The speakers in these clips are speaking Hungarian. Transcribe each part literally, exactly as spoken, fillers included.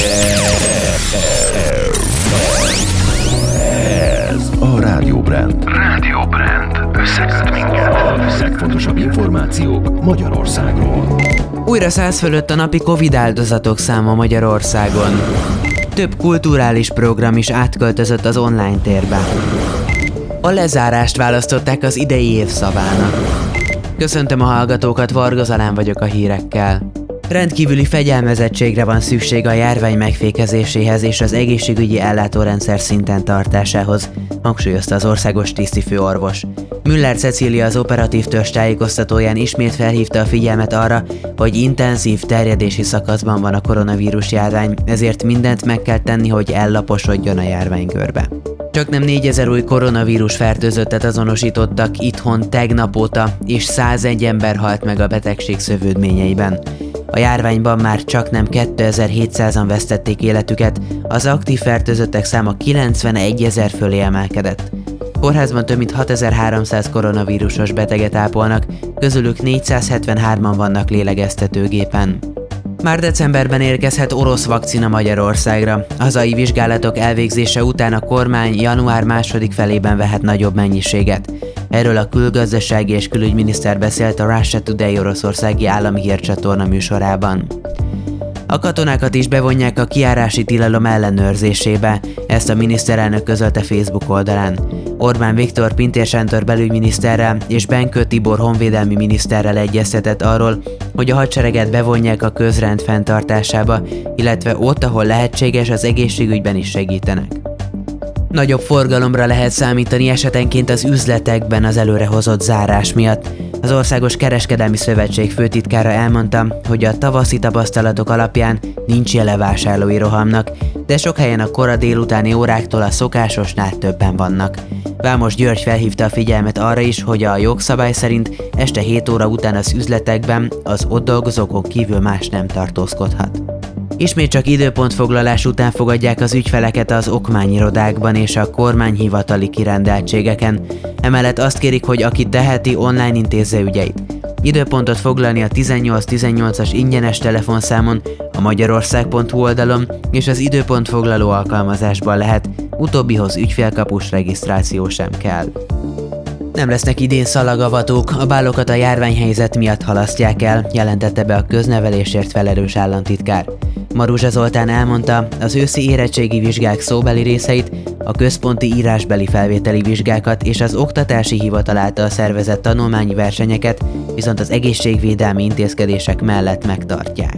Ez a Rádió Brand. Rádió Brand. Összeköt minket. A legfontosabb információk Magyarországról. Újra száz fölött a napi Covid áldozatok száma Magyarországon. Több kulturális program is átköltözött az online térbe. A lezárást választották az idei év szavának. Köszöntöm a hallgatókat, Varga Zalán vagyok a hírekkel. Rendkívüli fegyelmezettségre van szükség a járvány megfékezéséhez és az egészségügyi ellátórendszer szinten tartásához, hangsúlyozta az országos tisztifőorvos. Müller Cecília az operatív törzs tájékoztatóján ismét felhívta a figyelmet arra, hogy intenzív terjedési szakaszban van a koronavírus járvány, ezért mindent meg kell tenni, hogy ellaposodjon a járványkörbe. Csaknem négyezer új koronavírus fertőzöttet azonosítottak itthon tegnap óta, és százegy ember halt meg a betegség szövődményeiben. A járványban már csaknem kétezer-hétszázan vesztették életüket, az aktív fertőzöttek száma kilencvenegyezer fölé emelkedett. Kórházban több mint hatezer-háromszáz koronavírusos beteget ápolnak, közülük négyszázhetvenhárman vannak lélegeztetőgépen. Már decemberben érkezhet orosz vakcina Magyarországra. Hazai vizsgálatok elvégzése után a kormány január második felében vehet nagyobb mennyiséget. Erről a külgazdasági és külügyminiszter beszélt a Russia Today oroszországi állami hírcsatorna műsorában. A katonákat is bevonják a kijárási tilalom ellenőrzésébe, ezt a miniszterelnök közölte Facebook oldalán. Orbán Viktor Pintér Sándor belügyminiszterrel és Benkő Tibor honvédelmi miniszterrel egyeztetett arról, hogy a hadsereget bevonják a közrend fenntartásába, illetve ott, ahol lehetséges, az egészségügyben is segítenek. Nagyobb forgalomra lehet számítani esetenként az üzletekben az előrehozott zárás miatt. Az Országos Kereskedelmi Szövetség főtitkára elmondta, hogy a tavaszi tapasztalatok alapján nincs jele vásárlói rohamnak, de sok helyen a kora délutáni óráktól a szokásosnál többen vannak. Vámos György felhívta a figyelmet arra is, hogy a jogszabály szerint este hét óra után az üzletekben az ott dolgozókon kívül más nem tartózkodhat. Ismét csak időpontfoglalás után fogadják az ügyfeleket az okmányirodákban és a kormányhivatali kirendeltségeken. Emellett azt kérik, hogy aki teheti, online intézze ügyeit. Időpontot foglalni a tizennyolc tizennyolcas ingyenes telefonszámon, a magyarország pont hu oldalon és az időpontfoglaló alkalmazásban lehet, utóbbihoz ügyfélkapus regisztráció sem kell. Nem lesznek idén szalagavatók, a bálokat a járványhelyzet miatt halasztják el, jelentette be a köznevelésért felelős államtitkár. Maruzsa Zoltán elmondta, az őszi érettségi vizsgák szóbeli részeit, a központi írásbeli felvételi vizsgákat és az oktatási hivatal által szervezett tanulmányi versenyeket viszont az egészségvédelmi intézkedések mellett megtartják.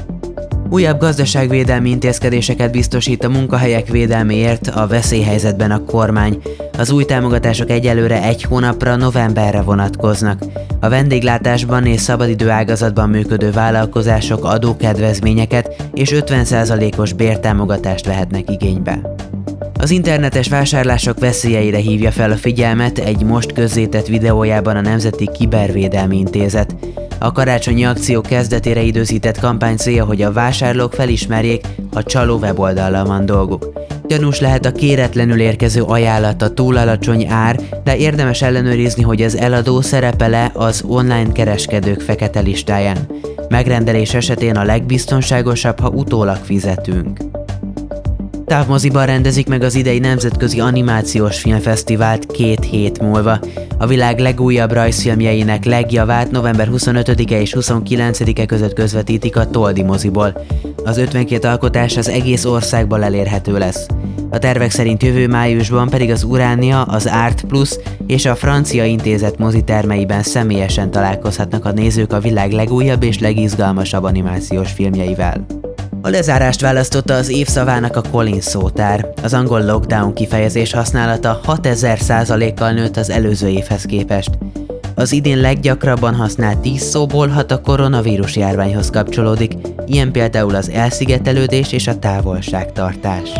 Újabb gazdaságvédelmi intézkedéseket biztosít a munkahelyek védelméért a veszélyhelyzetben a kormány. Az új támogatások egyelőre egy hónapra, novemberre vonatkoznak. A vendéglátásban és szabadidő ágazatban működő vállalkozások adókedvezményeket és ötven százalékos bértámogatást vehetnek igénybe. Az internetes vásárlások veszélyeire hívja fel a figyelmet egy most közzétett videójában a Nemzeti Kibervédelmi Intézet. A karácsonyi akció kezdetére időzített kampány célja, hogy a vásárlók felismerjék, ha csaló weboldallal van dolguk. Gyanús lehet a kéretlenül érkező ajánlat, a túl alacsony ár, de érdemes ellenőrizni, hogy az eladó szerepele az online kereskedők fekete listáján. Megrendelés esetén a legbiztonságosabb, ha utólag fizetünk. Távmoziban rendezik meg az idei Nemzetközi Animációs Filmfesztivált két hét múlva. A világ legújabb rajzfilmjeinek legjavát november huszonötödike és huszonkilencedike között közvetítik a Toldi moziból. Az ötvenkét alkotás az egész országban elérhető lesz. A tervek szerint jövő májusban pedig az Uránia, az Art Plus és a Francia Intézet mozitermeiben személyesen találkozhatnak a nézők a világ legújabb és legizgalmasabb animációs filmjeivel. A lezárást választotta az év szavának a Collins szótár. Az angol lockdown kifejezés használata hatezer százalékkal nőtt az előző évhez képest. Az idén leggyakrabban használt tíz szóból hat a koronavírus járványhoz kapcsolódik, ilyen például az elszigetelődés és a távolságtartás.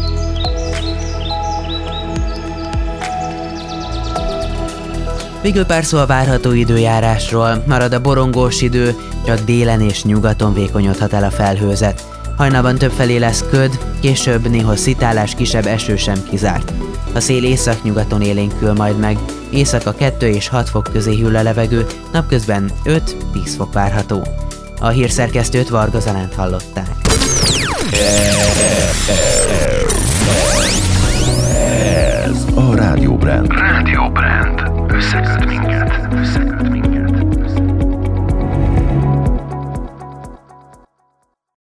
Végül pár szó a várható időjárásról. Marad a borongós idő, csak délen és nyugaton vékonyodhat el a felhőzet. Hajnalban többfelé lesz köd, később néha szitálás, kisebb eső sem kizárt. A szél északnyugaton élénkül majd meg, éjszaka kettő és hat fok közé hűl a levegő, napközben öt-tíz fok várható. A hírszerkesztőt, Varga Zalánt hallották. Ez a Rádió Brand. Rádió Brand. Összeköt minket.